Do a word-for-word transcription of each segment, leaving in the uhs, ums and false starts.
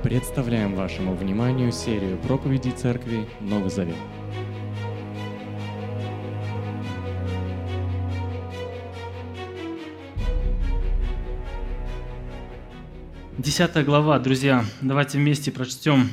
Представляем вашему вниманию серию проповедей Церкви Новый Завет. Десятая глава, друзья. Давайте вместе прочтем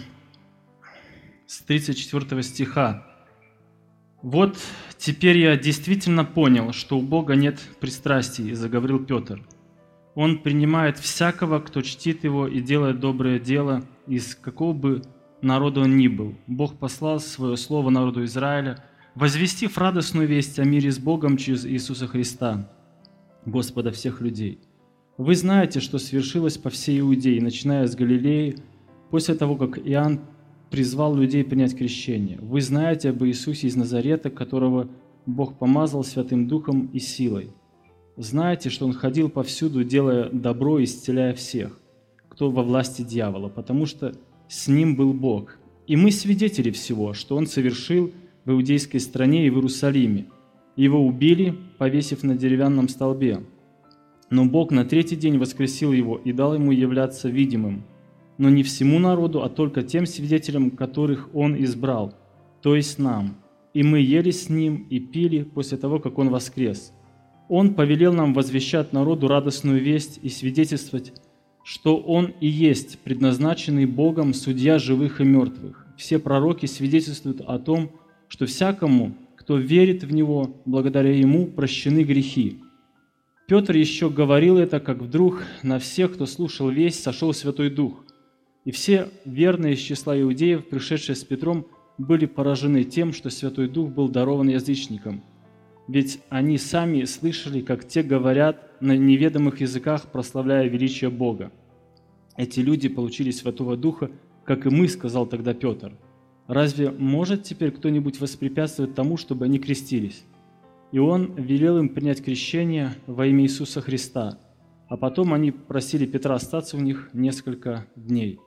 с тридцать четвёртого стиха. «Вот теперь я действительно понял, что у Бога нет пристрастий», — заговорил Петр. «Он принимает всякого, кто чтит Его и делает доброе дело, из какого бы народа он ни был. Бог послал свое слово народу Израиля, возвестив радостную весть о мире с Богом через Иисуса Христа, Господа всех людей. Вы знаете, что свершилось по всей Иудее, начиная с Галилеи, после того, как Иоанн призвал людей принять крещение. Вы знаете об Иисусе из Назарета, которого Бог помазал Святым Духом и силой. Знаете, что Он ходил повсюду, делая добро и исцеляя всех, кто во власти дьявола, потому что с Ним был Бог. И мы свидетели всего, что Он совершил в иудейской стране и в Иерусалиме. Его убили, повесив на деревянном столбе. Но Бог на третий день воскресил Его и дал Ему являться видимым, но не всему народу, а только тем свидетелям, которых Он избрал, то есть нам. И мы ели с Ним и пили после того, как Он воскрес. Он повелел нам возвещать народу радостную весть и свидетельствовать, что Он и есть предназначенный Богом судья живых и мертвых. Все пророки свидетельствуют о том, что всякому, кто верит в Него, благодаря Ему прощены грехи. Петр еще говорил это, как вдруг на всех, кто слушал весть, сошел Святой Дух. И все верные из числа иудеев, пришедшие с Петром, были поражены тем, что Святой Дух был дарован язычникам. Ведь они сами слышали, как те говорят на неведомых языках, прославляя величие Бога. Эти люди получили Святого Духа, как и мы, сказал тогда Петр. Разве может теперь кто-нибудь воспрепятствовать тому, чтобы они крестились? И он велел им принять крещение во имя Иисуса Христа, а потом они просили Петра остаться у них несколько дней.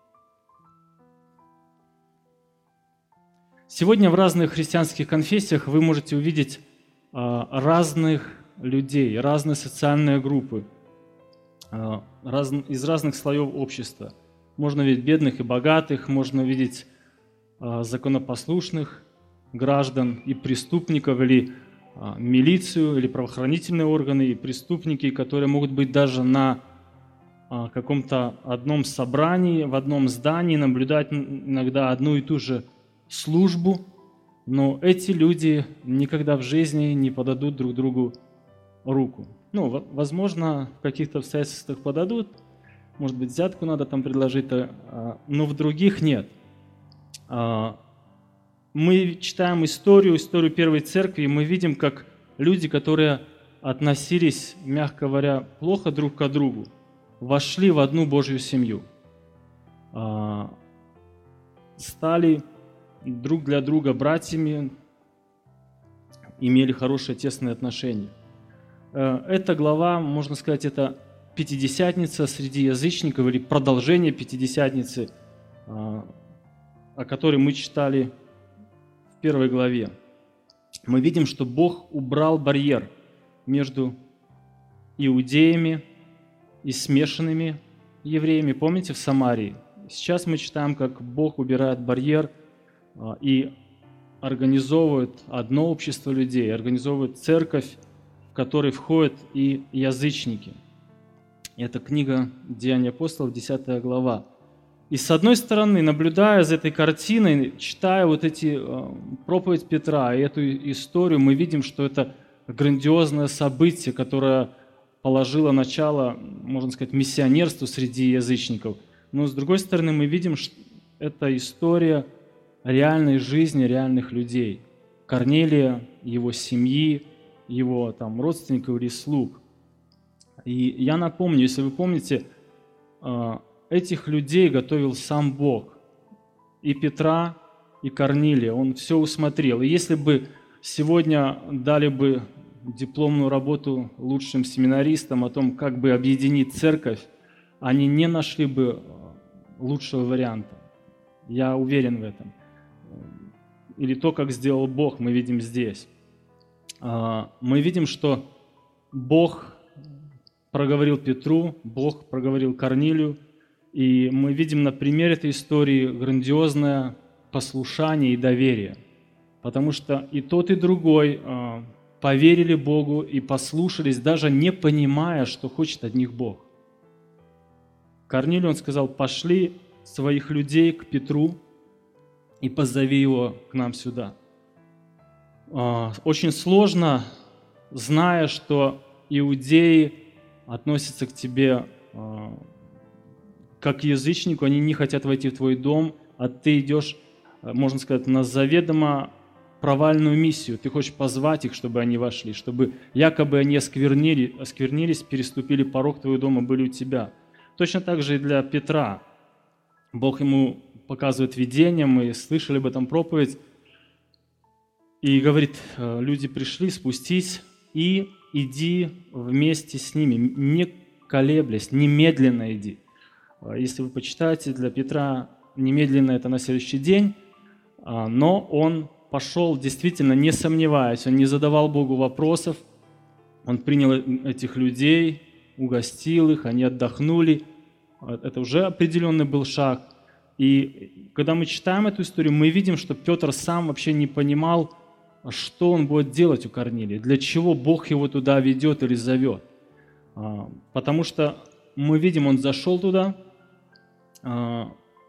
Сегодня в разных христианских конфессиях вы можете увидеть а, разных людей, разные социальные группы а, раз, из разных слоев общества. Можно видеть бедных и богатых, можно видеть а, законопослушных граждан и преступников, или а, милицию, или правоохранительные органы, и преступники, которые могут быть даже на а, каком-то одном собрании, в одном здании, наблюдать иногда одну и ту же службу, но эти люди никогда в жизни не подадут друг другу руку. Ну, возможно, в каких-то обстоятельствах подадут, может быть, взятку надо там предложить, но в других нет. Мы читаем историю, историю Первой Церкви, и мы видим, как люди, которые относились, мягко говоря, плохо друг к другу, вошли в одну Божью семью, стали друг для друга братьями, имели хорошие тесные отношения. Эта глава, можно сказать, это Пятидесятница среди язычников, или продолжение Пятидесятницы, о которой мы читали в первой главе. Мы видим, что Бог убрал барьер между иудеями и смешанными евреями. Помните, в Самарии? Сейчас мы читаем, как Бог убирает барьер и организовывает одно общество людей, организовывает церковь, в которой входят и язычники. Это книга «Деяния апостолов», десятая глава. И с одной стороны, наблюдая за этой картиной, читая вот эти проповедь Петра и эту историю, мы видим, что это грандиозное событие, которое положило начало, можно сказать, миссионерству среди язычников. Но с другой стороны, мы видим, что это история реальной жизни реальных людей. Корнелия, его семьи, его там, родственников или слуг. И я напомню, если вы помните, этих людей готовил сам Бог. И Петра, и Корнилия. Он все усмотрел. И если бы сегодня дали бы дипломную работу лучшим семинаристам о том, как бы объединить церковь, они не нашли бы лучшего варианта. Я уверен в этом. Или то, как сделал Бог, мы видим здесь. Мы видим, что Бог проговорил Петру, Бог проговорил Корнилию, И мы видим на примере этой истории грандиозное послушание и доверие. Потому что и тот, и другой э, поверили Богу и послушались, даже не понимая, что хочет от них Бог. Корнилию он сказал: пошли своих людей к Петру и позови его к нам сюда. Э, очень сложно, зная, что иудеи относятся к тебе э, как к язычнику, они не хотят войти в твой дом, а ты идешь, можно сказать, на заведомо провальную миссию. Ты хочешь позвать их, чтобы они вошли, чтобы якобы они осквернили, осквернились, переступили порог твоего дома, были у тебя. Точно так же и для Петра. Бог ему показывает видение, мы слышали об этом проповедь, и говорит: люди пришли, спустись и иди вместе с ними, не колеблясь, немедленно иди. Если вы почитаете, для Петра немедленно это на следующий день, но он пошел действительно не сомневаясь, он не задавал Богу вопросов, он принял этих людей, угостил их, они отдохнули. Это уже определенный был шаг. И когда мы читаем эту историю, мы видим, что Петр сам вообще не понимал, что он будет делать у Корнилия, для чего Бог его туда ведет или зовет. Потому что мы видим, он зашел туда, к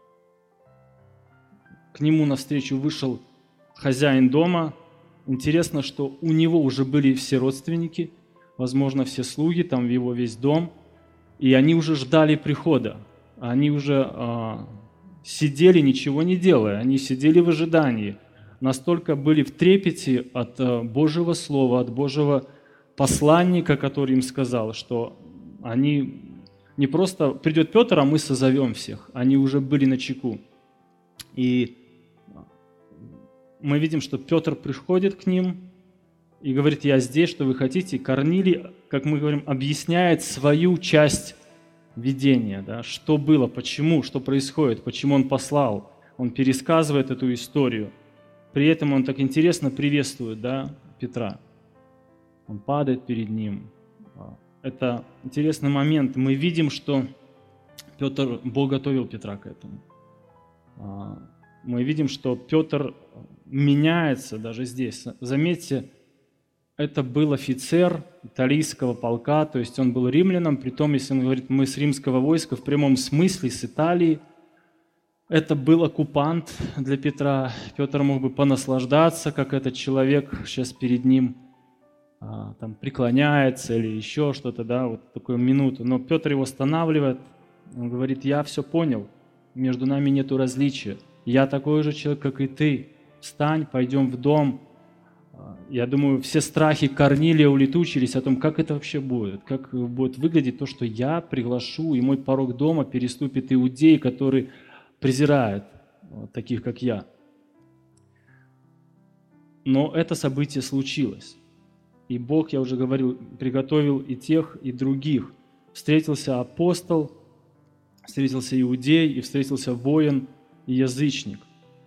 нему навстречу вышел хозяин дома. Интересно, что у него уже были все родственники, возможно, все слуги, там в его весь дом, и они уже ждали прихода. Они уже э, сидели, ничего не делая, они сидели в ожидании. Настолько были в трепете от э, Божьего Слова, от Божьего посланника, который им сказал, что они не просто придет Петр, а мы созовем всех. Они уже были начеку. И мы видим, что Петр приходит к ним и говорит: я здесь, что вы хотите. Корнилий, как мы говорим, объясняет свою часть видения, да, что было, почему, что происходит, почему он послал. Он пересказывает эту историю. При этом он так интересно приветствует, да, Петра. Он падает перед ним. Это интересный момент. Мы видим, что Петр, Бог готовил Петра к этому. Мы видим, что Петр меняется даже здесь. Заметьте, это был офицер италийского полка, то есть он был римляном, притом, если он говорит, мы с римского войска, в прямом смысле с Италии. Это был оккупант для Петра. Петр мог бы понаслаждаться, как этот человек сейчас перед ним там преклоняется или еще что-то, да, вот такую минуту. Но Петр его останавливает, он говорит: я все понял, между нами нету различия. Я такой же человек, как и ты. Встань, пойдем в дом. Я думаю, все страхи Корнилия улетучились о том, как это вообще будет, как будет выглядеть то, что я приглашу, и мой порог дома переступит иудей, который презирает таких, как я. Но это событие случилось. И Бог, я уже говорил, приготовил и тех, и других. Встретился апостол, встретился иудей, и встретился воин и язычник.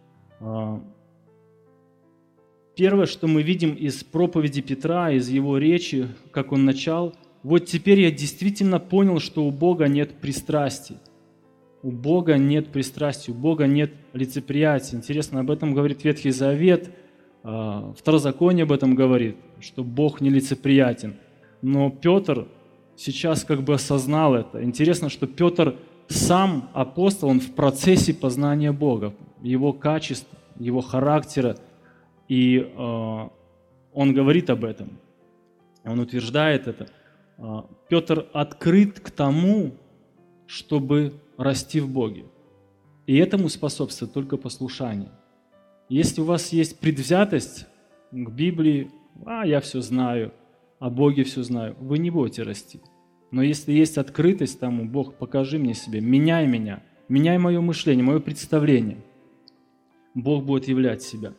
Первое, что мы видим из проповеди Петра, из его речи, как он начал: вот теперь я действительно понял, что у Бога нет пристрастий. У Бога нет пристрастий, у Бога нет лицеприятия. Интересно, об этом говорит Ветхий Завет. Второзаконие об этом говорит, что Бог не лицеприятен. Но Петр сейчас как бы осознал это. Интересно, что Петр сам апостол, он в процессе познания Бога, его качеств, его характера. И э, он говорит об этом, он утверждает это. Э, Петр открыт к тому, чтобы расти в Боге. И этому способствует только послушание. Если у вас есть предвзятость к Библии, а я все знаю, о Боге все знаю, вы не будете расти. Но если есть открытость тому: Бог, покажи мне себя, меняй меня, меняй мое мышление, мое представление, Бог будет являть себя.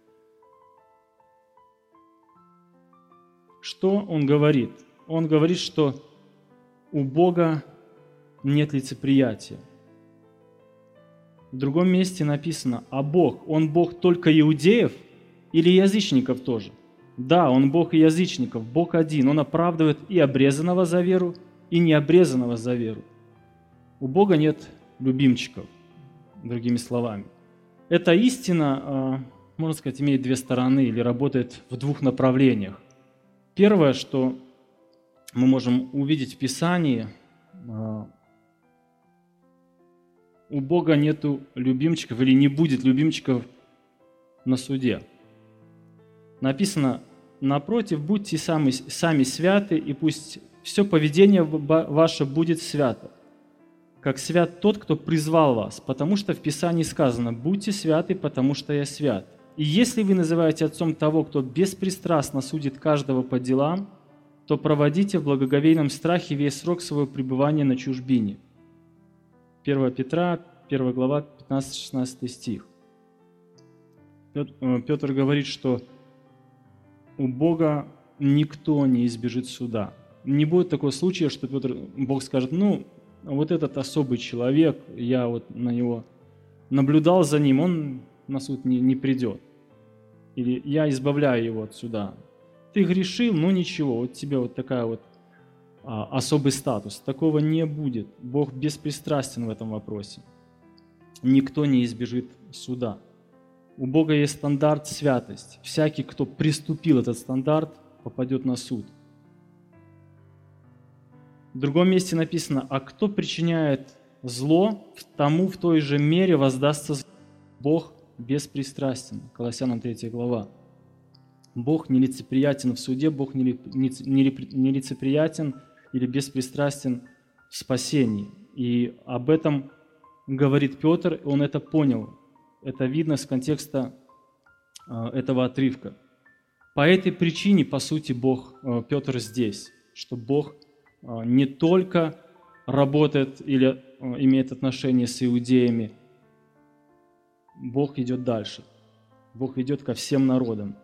Что он говорит? Он говорит, что у Бога нет лицеприятия. В другом месте написано: а Бог, Он Бог только иудеев или язычников тоже? Да, Он Бог и язычников, Бог один. Он оправдывает и обрезанного за веру, и необрезанного за веру. У Бога нет любимчиков, другими словами. Эта истина, можно сказать, имеет две стороны или работает в двух направлениях. Первое, что мы можем увидеть в Писании, у Бога нету любимчиков или не будет любимчиков на суде. Написано: напротив, будьте сами, сами святы, и пусть все поведение ваше будет свято, как свят тот, кто призвал вас, потому что в Писании сказано: будьте святы, потому что я свят. И если вы называете отцом того, кто беспристрастно судит каждого по делам, то проводите в благоговейном страхе весь срок своего пребывания на чужбине. первое Петра, первая глава, пятнадцатый-шестнадцатый стих. Петр говорит, что у Бога никто не избежит суда. Не будет такого случая, что Петр, Бог скажет: ну, вот этот особый человек, я вот на него наблюдал за ним, он на суд не, не придет. Или я избавляю его от суда. Ты грешил, ну ничего, вот тебе вот такая вот а, особый статус. Такого не будет. Бог беспристрастен в этом вопросе. Никто не избежит суда. У Бога есть стандарт святости. Всякий, кто приступил этот стандарт, попадет на суд. В другом месте написано: а кто причиняет зло, тому в той же мере воздастся зло. Бог беспристрастен. Колоссянам третья глава. Бог нелицеприятен в суде, Бог нелицеприятен или беспристрастен в спасении. И об этом говорит Петр, он это понял. Это видно с контекста этого отрывка. По этой причине, по сути, Бог, Петр здесь, что Бог не только работает или имеет отношение с иудеями, Бог идет дальше. Бог идет ко всем народам.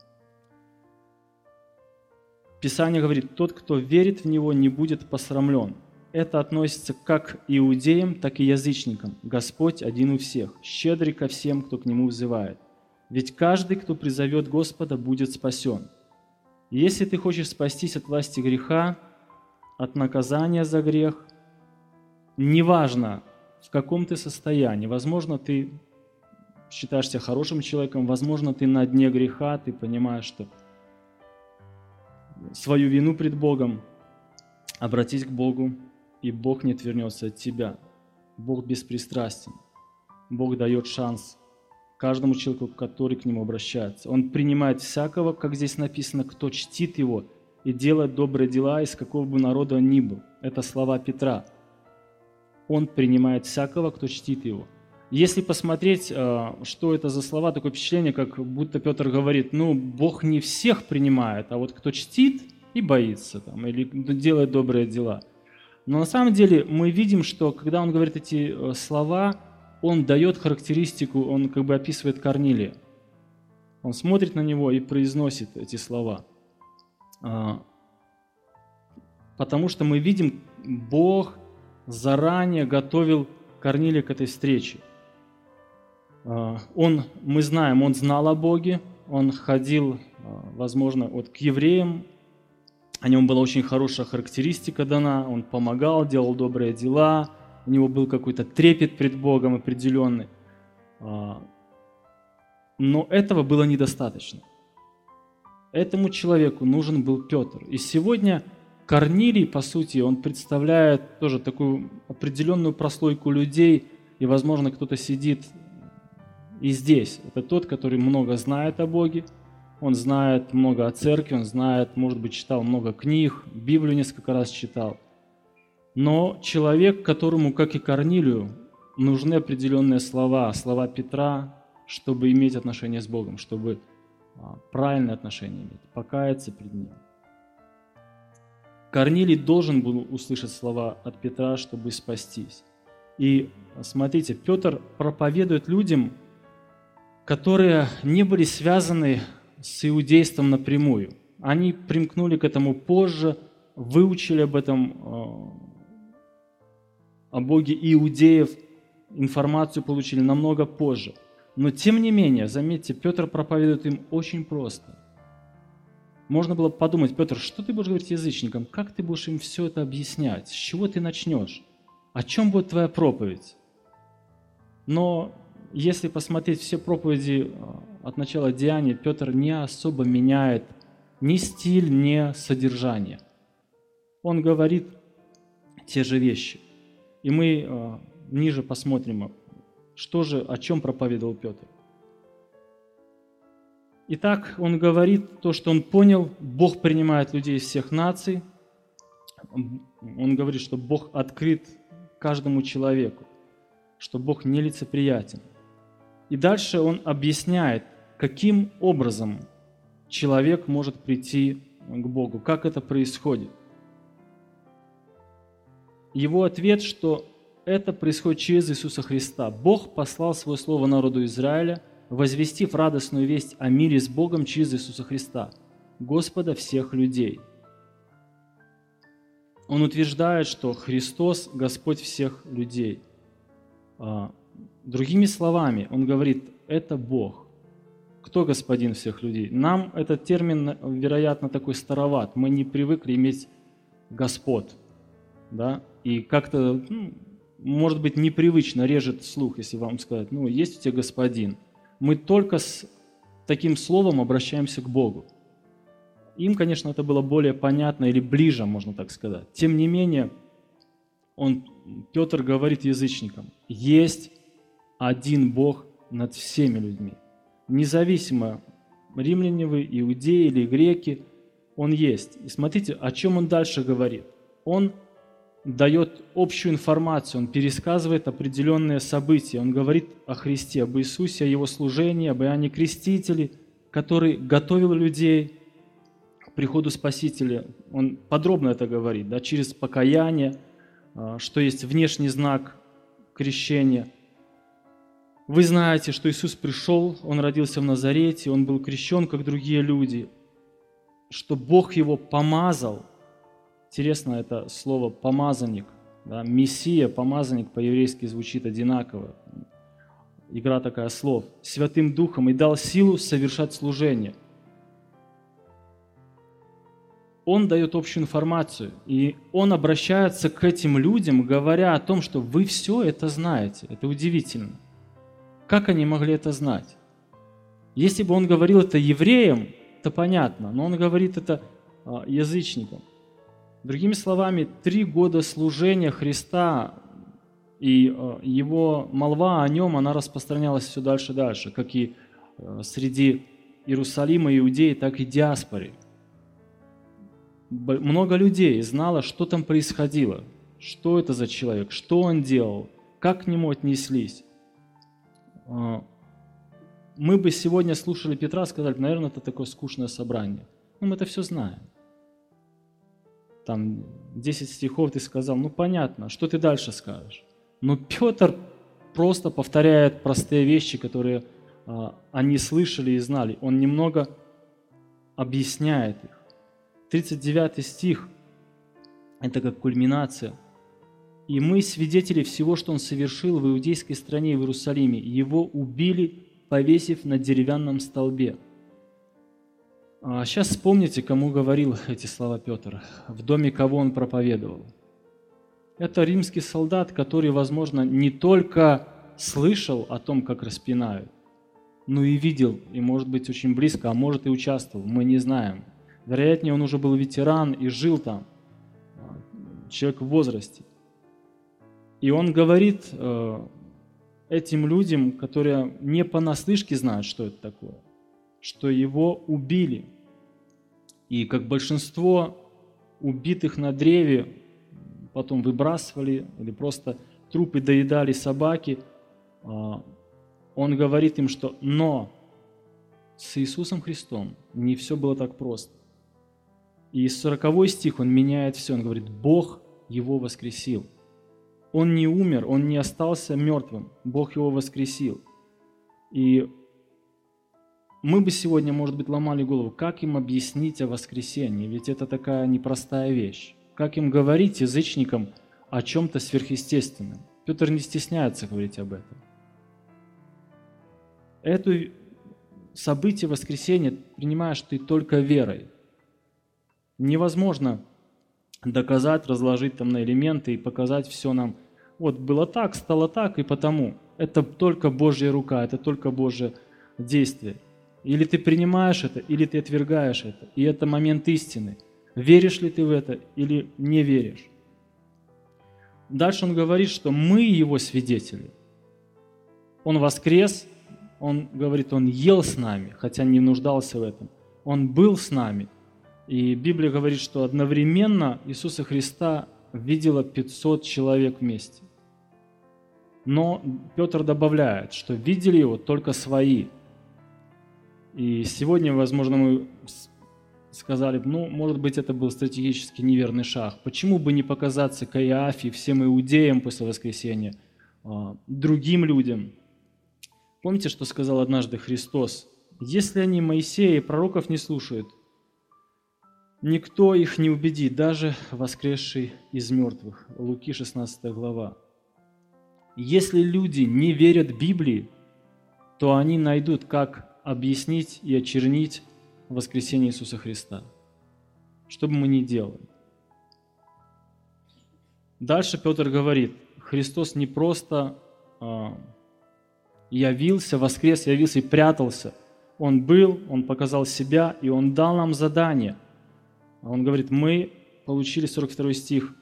Писание говорит: тот, кто верит в Него, не будет посрамлен. Это относится как к иудеям, так и язычникам. Господь один у всех, щедрый ко всем, кто к Нему взывает. Ведь каждый, кто призовет Господа, будет спасен. Если ты хочешь спастись от власти греха, от наказания за грех, неважно, в каком ты состоянии, возможно, ты считаешь себя хорошим человеком, возможно, ты на дне греха, ты понимаешь, что свою вину пред Богом, обратись к Богу, и Бог не отвернется от тебя. Бог беспристрастен. Бог дает шанс каждому человеку, который к Нему обращается. Он принимает всякого, как здесь написано, кто чтит Его и делает добрые дела, из какого бы народа он ни был. Это слова Петра. Он принимает всякого, кто чтит Его. Если посмотреть, что это за слова, такое впечатление, как будто Петр говорит: ну, Бог не всех принимает, а вот кто чтит и боится, там, или делает добрые дела. Но на самом деле мы видим, что когда он говорит эти слова, он дает характеристику, он как бы описывает Корнилия. Он смотрит на него и произносит эти слова. Потому что мы видим, Бог заранее готовил Корнилия к этой встрече. Он, мы знаем, он знал о Боге, он ходил, возможно, вот к евреям, о нем была очень хорошая характеристика дана, он помогал, делал добрые дела, у него был какой-то трепет пред Богом определенный. Но этого было недостаточно. Этому человеку нужен был Петр. И сегодня Корнилий, по сути, он представляет тоже такую определенную прослойку людей, и, возможно, кто-то сидит и здесь. Это тот, который много знает о Боге, он знает много о церкви, он знает, может быть, читал много книг, Библию несколько раз читал. Но человек, которому, как и Корнилию, нужны определенные слова, слова Петра, чтобы иметь отношение с Богом, чтобы правильные отношения иметь, покаяться пред Ним. Корнилий должен был услышать слова от Петра, чтобы спастись. И смотрите, Петр проповедует людям, которые не были связаны с иудейством напрямую. Они примкнули к этому позже, выучили об этом, о Боге иудеев, информацию получили намного позже. Но тем не менее, заметьте, Петр проповедует им очень просто. Можно было подумать: Петр, что ты будешь говорить язычникам? Как ты будешь им все это объяснять? С чего ты начнешь? О чем будет твоя проповедь? Но если посмотреть все проповеди от начала Деяний, Петр не особо меняет ни стиль, ни содержание. Он говорит те же вещи. И мы э, ниже посмотрим, что же, о чем проповедовал Петр. Итак, он говорит то, что он понял: Бог принимает людей из всех наций. Он говорит, что Бог открыт каждому человеку, что Бог нелицеприятен. И дальше он объясняет, каким образом человек может прийти к Богу, как это происходит. Его ответ, что это происходит через Иисуса Христа. Бог послал свое слово народу Израиля, возвестив радостную весть о мире с Богом через Иисуса Христа, Господа всех людей. Он утверждает, что Христос – Господь всех людей. Другими словами, он говорит, это Бог. Кто господин всех людей? Нам этот термин, вероятно, такой староват. Мы не привыкли иметь господ. Да? И как-то, ну, может быть, непривычно режет слух, если вам сказать, ну, есть у тебя господин. Мы только с таким словом обращаемся к Богу. Им, конечно, это было более понятно или ближе, можно так сказать. Тем не менее, он, Петр говорит язычникам, есть один Бог над всеми людьми. Независимо, римляне вы, иудеи или греки, Он есть. И смотрите, о чем Он дальше говорит. Он дает общую информацию, Он пересказывает определенные события. Он говорит о Христе, об Иисусе, о Его служении, об Иоанне Крестителе, который готовил людей к приходу Спасителя. Он подробно это говорит, да, через покаяние, что есть внешний знак крещения. Вы знаете, что Иисус пришел, Он родился в Назарете, Он был крещен, как другие люди, что Бог Его помазал. Интересно это слово «помазанник». Да? Мессия, помазанник по-еврейски звучит одинаково. Игра такая слов. Святым Духом и дал силу совершать служение. Он дает общую информацию, и Он обращается к этим людям, говоря о том, что вы все это знаете. Это удивительно. Как они могли это знать? Если бы Он говорил это евреям, то понятно, но Он говорит это язычникам. Другими словами, три года служения Христа и Его молва о Нем, она распространялась все дальше и дальше, как и среди Иерусалима, Иудеи, так и диаспоры. Много людей знало, что там происходило, что это за человек, что он делал, как к нему отнеслись. Мы бы сегодня слушали Петра, сказали, наверное, это такое скучное собрание. Ну, мы это все знаем. Там десять стихов ты сказал, ну, понятно, что ты дальше скажешь? Но Петр просто повторяет простые вещи, которые а, они слышали и знали. Он немного объясняет их. тридцать девятый стих – это как кульминация. «И мы свидетели всего, что он совершил в иудейской стране и в Иерусалиме. Его убили, повесив на деревянном столбе». А сейчас вспомните, кому говорил эти слова Петр, в доме кого он проповедовал. Это римский солдат, который, возможно, не только слышал о том, как распинают, но и видел, и, может быть, очень близко, а может, и участвовал, мы не знаем. Вероятнее, он уже был ветеран и жил там, человек в возрасте. И он говорит э, этим людям, которые не понаслышке знают, что это такое, что его убили. И как большинство убитых на древе потом выбрасывали или просто трупы доедали собаки, э, он говорит им, что «но с Иисусом Христом не все было так просто». И сороковой стих, он меняет все. Он говорит, Бог его воскресил. Он не умер, он не остался мертвым. Бог его воскресил. И мы бы сегодня, может быть, ломали голову, как им объяснить о воскресении? Ведь это такая непростая вещь. Как им говорить язычникам о чем-то сверхъестественном? Петр не стесняется говорить об этом. Это событие воскресения принимаешь ты только верой. Невозможно доказать, разложить там на элементы и показать все нам вот было так, стало так, и потому. Это только Божья рука, это только Божье действие. Или ты принимаешь это, или ты отвергаешь это. И это момент истины. Веришь ли ты в это или не веришь? Дальше он говорит, что мы его свидетели. Он воскрес, он говорит, он ел с нами, хотя не нуждался в этом. Он был с нами. И Библия говорит, что одновременно Иисуса Христа видело пятьсот человек вместе. Но Петр добавляет, что видели его только свои. И сегодня, возможно, мы сказали, ну, может быть, это был стратегически неверный шаг. Почему бы не показаться Каиафе, всем иудеям после воскресения, другим людям? Помните, что сказал однажды Христос? Если они Моисея и пророков не слушают, никто их не убедит, даже воскресший из мертвых. Луки шестнадцатая глава. Если люди не верят Библии, то они найдут, как объяснить и очернить воскресение Иисуса Христа. Что бы мы ни делали. Дальше Петр говорит, Христос не просто а, явился, воскрес, явился и прятался. Он был, Он показал себя, и Он дал нам задание. Он говорит, мы получили, сорок второй стих,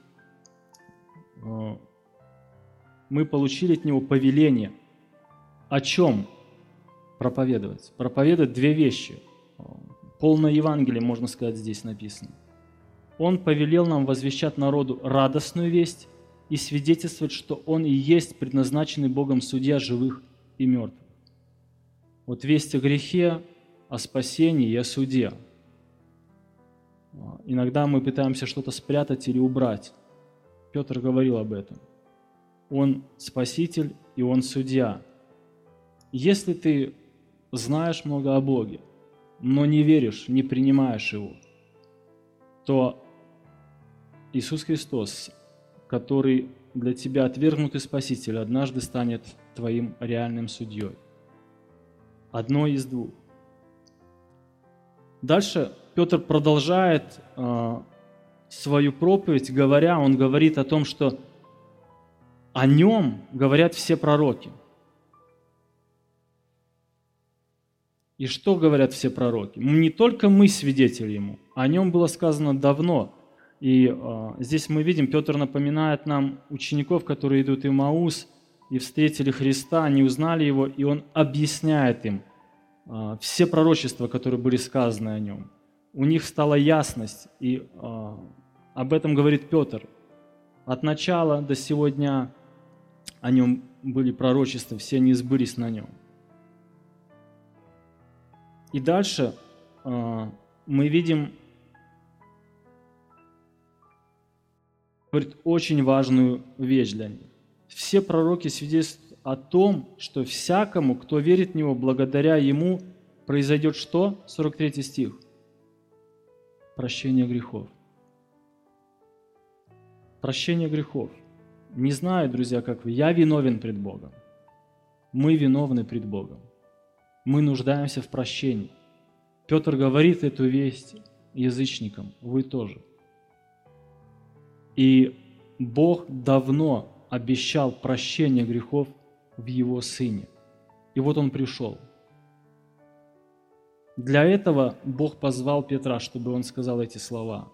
мы получили от Него повеление. О чем проповедовать? Проповедовать две вещи. Полное Евангелие, можно сказать, здесь написано. Он повелел нам возвещать народу радостную весть и свидетельствовать, что Он и есть предназначенный Богом судья живых и мертвых. Вот весть о грехе, о спасении и о суде. Иногда мы пытаемся что-то спрятать или убрать. Петр говорил об этом. Он спаситель и Он судья. Если ты знаешь много о Боге, но не веришь, не принимаешь Его, то Иисус Христос, который для тебя отвергнутый Спаситель, однажды станет твоим реальным судьей. Одно из двух. Дальше Петр продолжает э, свою проповедь, говоря, он говорит о том, что о нем говорят все пророки. И что говорят все пророки? Не только мы свидетели ему, о нем было сказано давно. И э, здесь мы видим, Петр напоминает нам учеников, которые идут в Имаус и встретили Христа, они узнали его, и он объясняет им э, все пророчества, которые были сказаны о нем. У них стала ясность, и э, об этом говорит Петр. От начала до сего дня о нем были пророчества, все они сбылись на нем. И дальше э, мы видим, говорит, очень важную вещь для них. Все пророки свидетельствуют о том, что всякому, кто верит в Него, благодаря Ему произойдет что? сорок третий стих. Прощение грехов. Прощение грехов. Не знаю, друзья, как вы, я виновен пред Богом. Мы виновны пред Богом. Мы нуждаемся в прощении. Петр говорит эту весть язычникам, вы тоже. И Бог давно обещал прощение грехов в Его Сыне. И вот Он пришел. Для этого Бог позвал Петра, чтобы он сказал эти слова.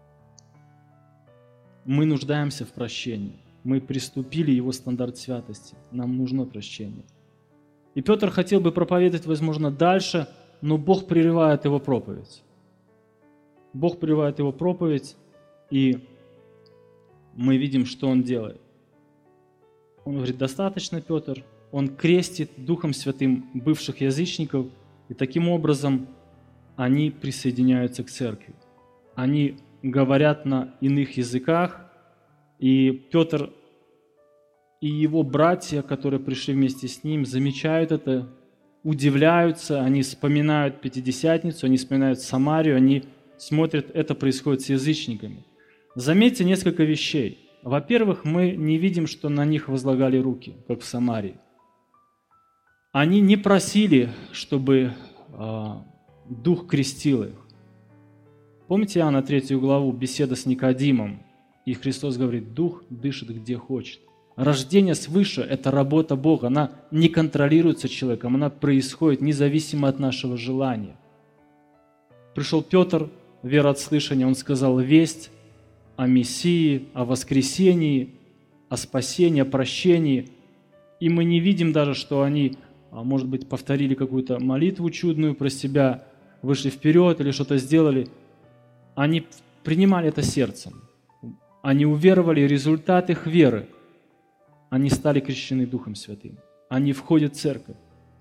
Мы нуждаемся в прощении. Мы приступили Его стандарт святости. Нам нужно прощение. И Петр хотел бы проповедовать, возможно, дальше, но Бог прерывает его проповедь. Бог прерывает его проповедь, и мы видим, что он делает. Он говорит, достаточно, Петр. Он крестит Духом Святым бывших язычников, и таким образом они присоединяются к церкви. Они говорят на иных языках, и Петр и его братья, которые пришли вместе с ним, замечают это, удивляются, они вспоминают Пятидесятницу, они вспоминают Самарию, они смотрят, это происходит с язычниками. Заметьте несколько вещей. Во-первых, мы не видим, что на них возлагали руки, как в Самарии. Они не просили, чтобы э, Дух крестил их. Помните Иоанна третью главу, беседа с Никодимом? И Христос говорит, Дух дышит где хочет. Рождение свыше – это работа Бога. Она не контролируется человеком, она происходит независимо от нашего желания. Пришел Петр, вера от слышания, он сказал весть о Мессии, о воскресении, о спасении, о прощении. И мы не видим даже, что они, может быть, повторили какую-то молитву чудную про себя, вышли вперед или что-то сделали. Они принимали это сердцем. Они уверовали, результат их веры. Они стали крещены Духом Святым. Они входят в церковь.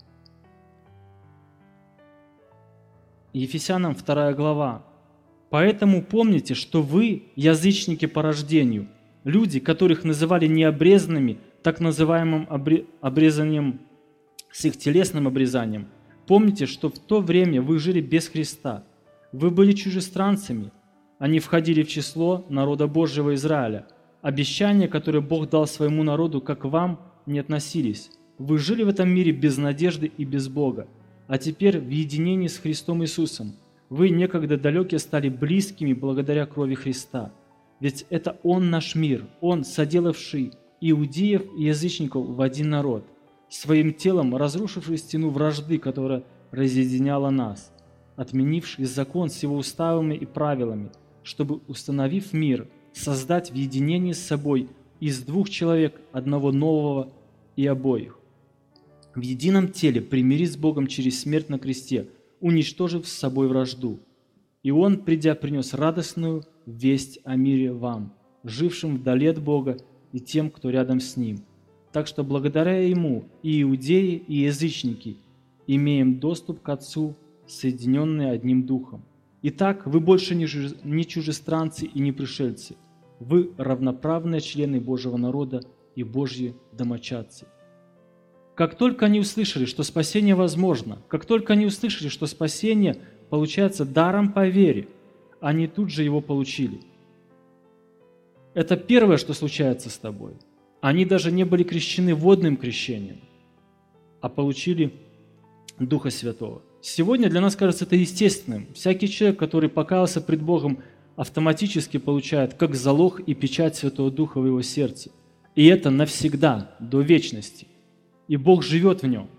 Ефесянам вторая глава. «Поэтому помните, что вы язычники по рождению, люди, которых называли необрезанными, так называемым обрезанием с их телесным обрезанием. Помните, что в то время вы жили без Христа. Вы были чужестранцами, а не входили в число народа Божьего Израиля. Обещания, которые Бог дал своему народу, как вам, не относились. Вы жили в этом мире без надежды и без Бога. А теперь в единении с Христом Иисусом вы некогда далекие стали близкими благодаря крови Христа. Ведь это Он наш мир, Он, соделавший иудеев и язычников в один народ, своим телом разрушивший стену вражды, которая разъединяла нас, отменивший закон с его уставами и правилами, чтобы, установив мир, создать в единении с собой из двух человек одного нового и обоих. В едином теле примирить с Богом через смерть на кресте, уничтожив с собой вражду. И Он, придя, принес радостную весть о мире вам, жившим вдали от Бога и тем, кто рядом с Ним. Так что благодаря Ему и иудеи, и язычники имеем доступ к Отцу, соединенные одним Духом. Итак, вы больше не чужестранцы и не пришельцы. Вы равноправные члены Божьего народа и Божьи домочадцы. Как только они услышали, что спасение возможно, как только они услышали, что спасение получается даром по вере, они тут же его получили. Это первое, что случается с тобой. Они даже не были крещены водным крещением, а получили Духа Святого. Сегодня для нас кажется это естественным. Всякий человек, который покаялся пред Богом, автоматически получает как залог и печать Святого Духа в его сердце. И это навсегда, до вечности. И Бог живет в нем.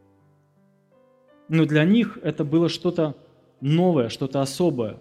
Но для них это было что-то новое, что-то особое.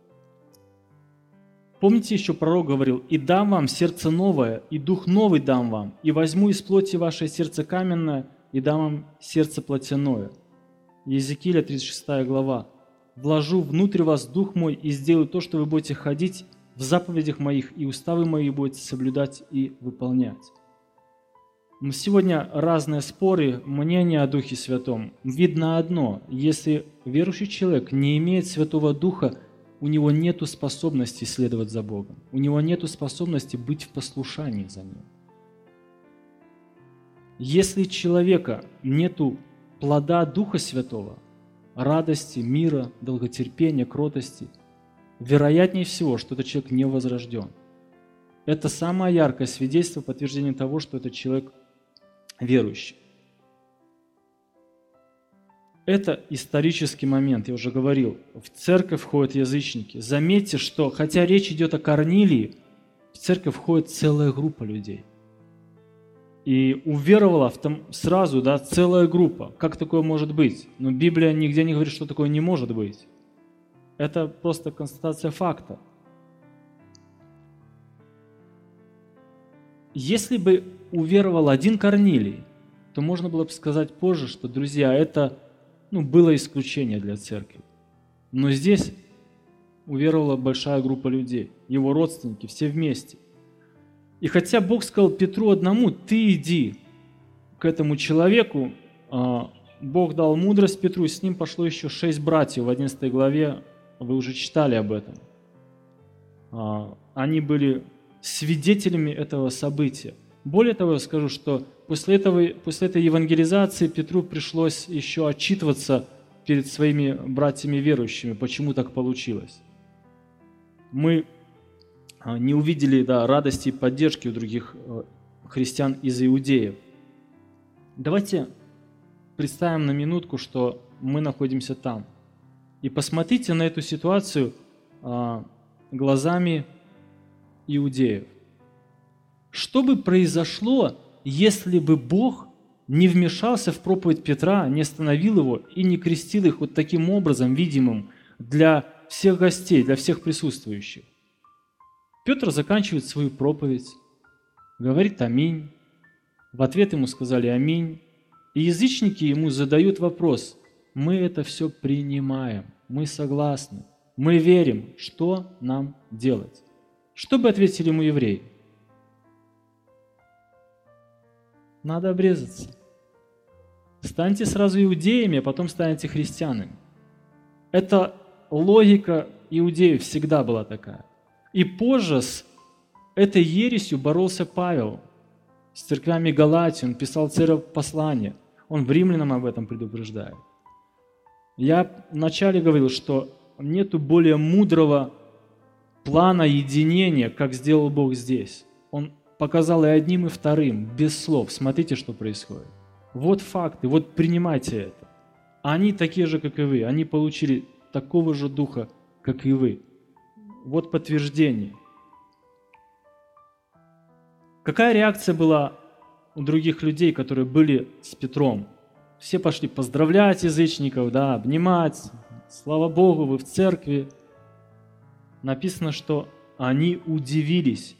Помните, еще пророк говорил: «И дам вам сердце новое, и дух новый дам вам, и возьму из плоти ваше сердце каменное, и дам вам сердце плотяное». Иезекииля тридцать шестая глава. «Вложу внутрь вас дух мой, и сделаю то, что вы будете ходить в заповедях моих, и уставы мои будете соблюдать и выполнять». Но сегодня разные споры, мнения о Духе Святом. Видно одно: если верующий человек не имеет Святого Духа, у него нет способности следовать за Богом, у него нет способности быть в послушании за Ним. Если человека нету плода Духа Святого, радости, мира, долготерпения, кротости, вероятнее всего, что этот человек не возрожден. Это самое яркое свидетельство, подтверждение того, что этот человек верующий. Это исторический момент, я уже говорил. В церковь входят язычники. Заметьте, что хотя речь идет о Корнилии, в церковь входит целая группа людей. И уверовала в том сразу, да, целая группа. Как такое может быть? Но Библия нигде не говорит, что такое не может быть. Это просто констатация факта. Если бы уверовал один Корнилий, то можно было бы сказать позже, что, друзья, это ну, было исключение для церкви. Но здесь уверовала большая группа людей, его родственники, все вместе. И хотя Бог сказал Петру одному: «Ты иди к этому человеку», Бог дал мудрость Петру, с ним пошло еще шесть братьев в одиннадцатой главе, вы уже читали об этом. Они были свидетелями этого события. Более того, я скажу, что после, этого, после этой евангелизации Петру пришлось еще отчитываться перед своими братьями верующими, почему так получилось. Мы не увидели да, радости и поддержки у других христиан из иудеев. Давайте представим на минутку, что мы находимся там. И посмотрите на эту ситуацию глазами иудеев. Что бы произошло, если бы Бог не вмешался в проповедь Петра, не остановил его и не крестил их вот таким образом, видимым для всех гостей, для всех присутствующих? Петр заканчивает свою проповедь, говорит «Аминь». В ответ ему сказали «Аминь». И язычники ему задают вопрос: мы это все принимаем, мы согласны, мы верим, что нам делать? Что бы ответили ему евреи? Надо обрезаться. Станьте сразу иудеями, а потом станете христианами. Это логика иудеев всегда была такая. И позже с этой ересью боролся Павел. С церквями Галатии он писал церковь послания. Он в Римлянам об этом предупреждает. Я вначале говорил, что нету более мудрого плана единения, как сделал Бог здесь. Он показал и одним, и вторым, без слов. Смотрите, что происходит. Вот факты, вот принимайте это. Они такие же, как и вы. Они получили такого же духа, как и вы. Вот подтверждение. Какая реакция была у других людей, которые были с Петром? Все пошли поздравлять язычников, да, обнимать. Слава Богу, вы в церкви. Написано, что они удивились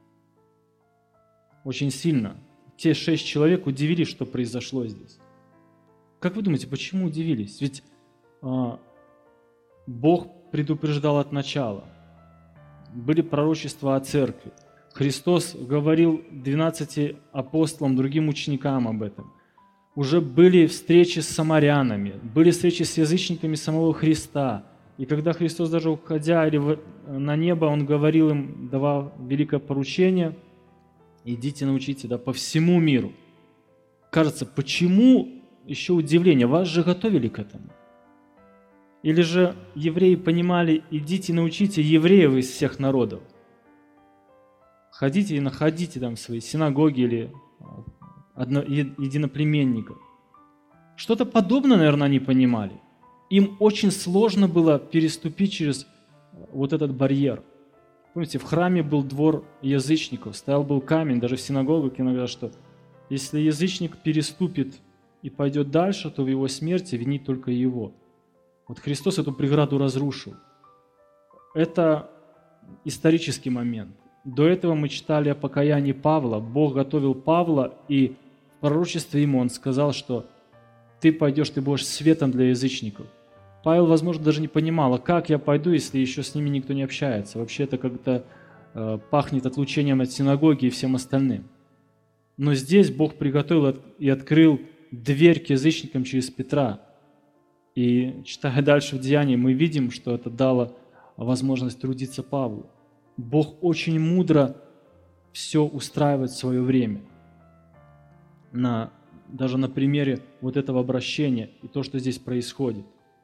очень сильно. Те шесть человек удивились, что произошло здесь. Как вы думаете, почему удивились? Ведь а, Бог предупреждал от начала. Были пророчества о церкви. Христос говорил двенадцати апостолам, другим ученикам об этом. Уже были встречи с самарянами, были встречи с язычниками самого Христа. И когда Христос даже уходя или на небо, Он говорил им, давал великое поручение: идите научите, да, по всему миру. Кажется, почему еще удивление? Вас же готовили к этому. Или же евреи понимали: идите научите евреев из всех народов. Ходите и находите там свои синагоги или одно, единоплеменников. Что-то подобное, наверное, они понимали. Им очень сложно было переступить через вот этот барьер. Помните, в храме был двор язычников, стоял был камень, даже в синагогах иногда, что если язычник переступит и пойдет дальше, то в его смерти винить только его. Вот Христос эту преграду разрушил. Это исторический момент. До этого мы читали о покаянии Павла. Бог готовил Павла, и в пророчестве ему он сказал, что ты пойдешь, ты будешь светом для язычников. Павел, возможно, даже не понимал, а как я пойду, если еще с ними никто не общается. Вообще это как-то э, пахнет отлучением от синагоги и всем остальным. Но здесь Бог приготовил и открыл дверь к язычникам через Петра. И читая дальше в Деянии, мы видим, что это дало возможность трудиться Павлу. Бог очень мудро все устраивает в свое время. На, даже на примере вот этого обращения и то, что здесь происходит.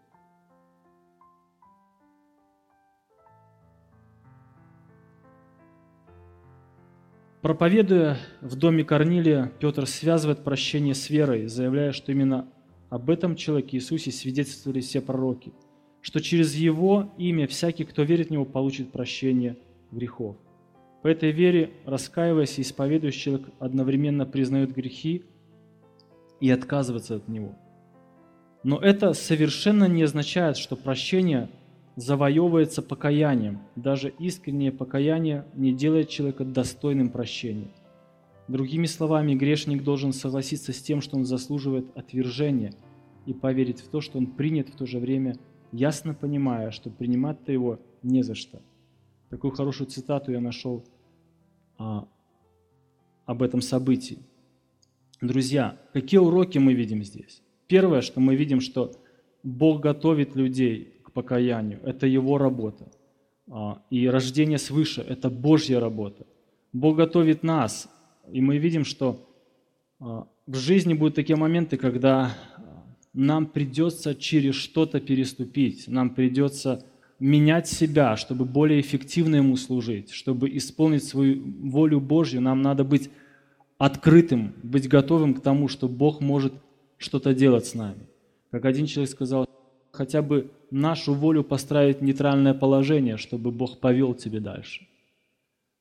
Проповедуя в доме Корнилия, Петр связывает прощение с верой, заявляя, что именно об этом человеке Иисусе свидетельствовали все пророки, что через Его имя всякий, кто верит в Него, получит прощение грехов. По этой вере, раскаиваясь и исповедуясь, человек одновременно признает грехи и отказывается от него. Но это совершенно не означает, что прощение завоевывается покаянием. Даже искреннее покаяние не делает человека достойным прощения. Другими словами, грешник должен согласиться с тем, что он заслуживает отвержения, и поверить в то, что он принят, в то же время ясно понимая, что принимать-то его не за что. Такую хорошую цитату я нашел а, об этом событии. Друзья, какие уроки мы видим здесь? Первое, что мы видим, что Бог готовит людей к покаянию. Это Его работа. А, и рождение свыше – это Божья работа. Бог готовит нас. И мы видим, что а, в жизни будут такие моменты, когда нам придется через что-то переступить. Нам придется менять себя, чтобы более эффективно Ему служить, чтобы исполнить свою волю Божью. Нам надо быть открытым, быть готовым к тому, что Бог может что-то делать с нами. Как один человек сказал, хотя бы нашу волю поставить в нейтральное положение, чтобы Бог повел тебе дальше.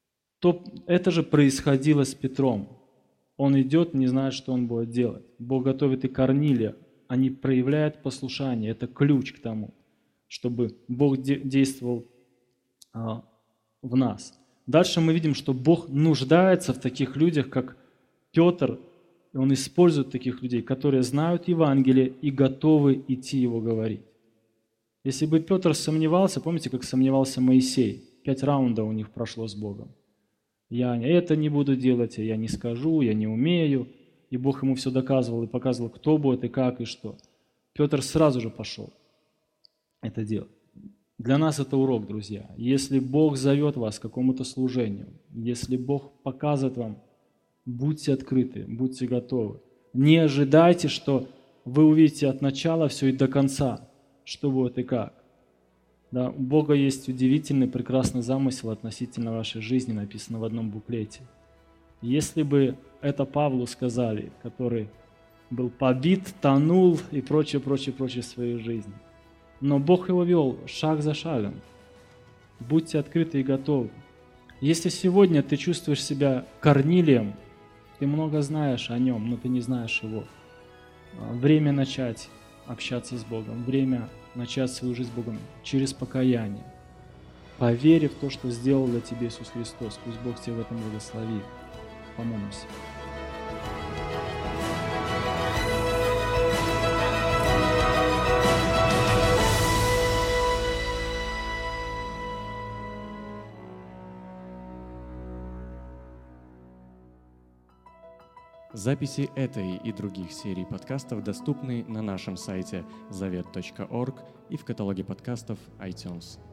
то это же происходило с Петром. Он идет, не знает, что он будет делать. Бог готовит и Корнилия. Они проявляют послушание. Это ключ к тому, чтобы Бог де- действовал а, в нас. Дальше мы видим, что Бог нуждается в таких людях, как Петр. И Он использует таких людей, которые знают Евангелие и готовы идти его говорить. Если бы Петр сомневался, помните, как сомневался Моисей? Пять раундов у них прошло с Богом. Я это не буду делать, я не скажу, я не умею. И Бог ему все доказывал и показывал, кто будет и как и что. Петр сразу же пошел это делать. Для нас это урок, друзья. Если Бог зовет вас к какому-то служению, если Бог показывает вам, будьте открыты, будьте готовы. Не ожидайте, что вы увидите от начала все и до конца, что будет и как. Да, у Бога есть удивительный, прекрасный замысел относительно вашей жизни, написано в одном буклете. Если бы это Павлу сказали, который был побит, тонул и прочее, прочее, прочее в своей жизни. Но Бог его вел шаг за шагом. Будьте открыты и готовы. Если сегодня ты чувствуешь себя Корнилием, ты много знаешь о нем, но ты не знаешь его. Время начать общаться с Богом, время начать свою жизнь с Богом через покаяние. Поверь в то, что сделал для тебя Иисус Христос. Пусть Бог тебя в этом благословит. Помолимся. Записи этой и других серий подкастов доступны на нашем сайте завет точка орг и в каталоге подкастов iTunes.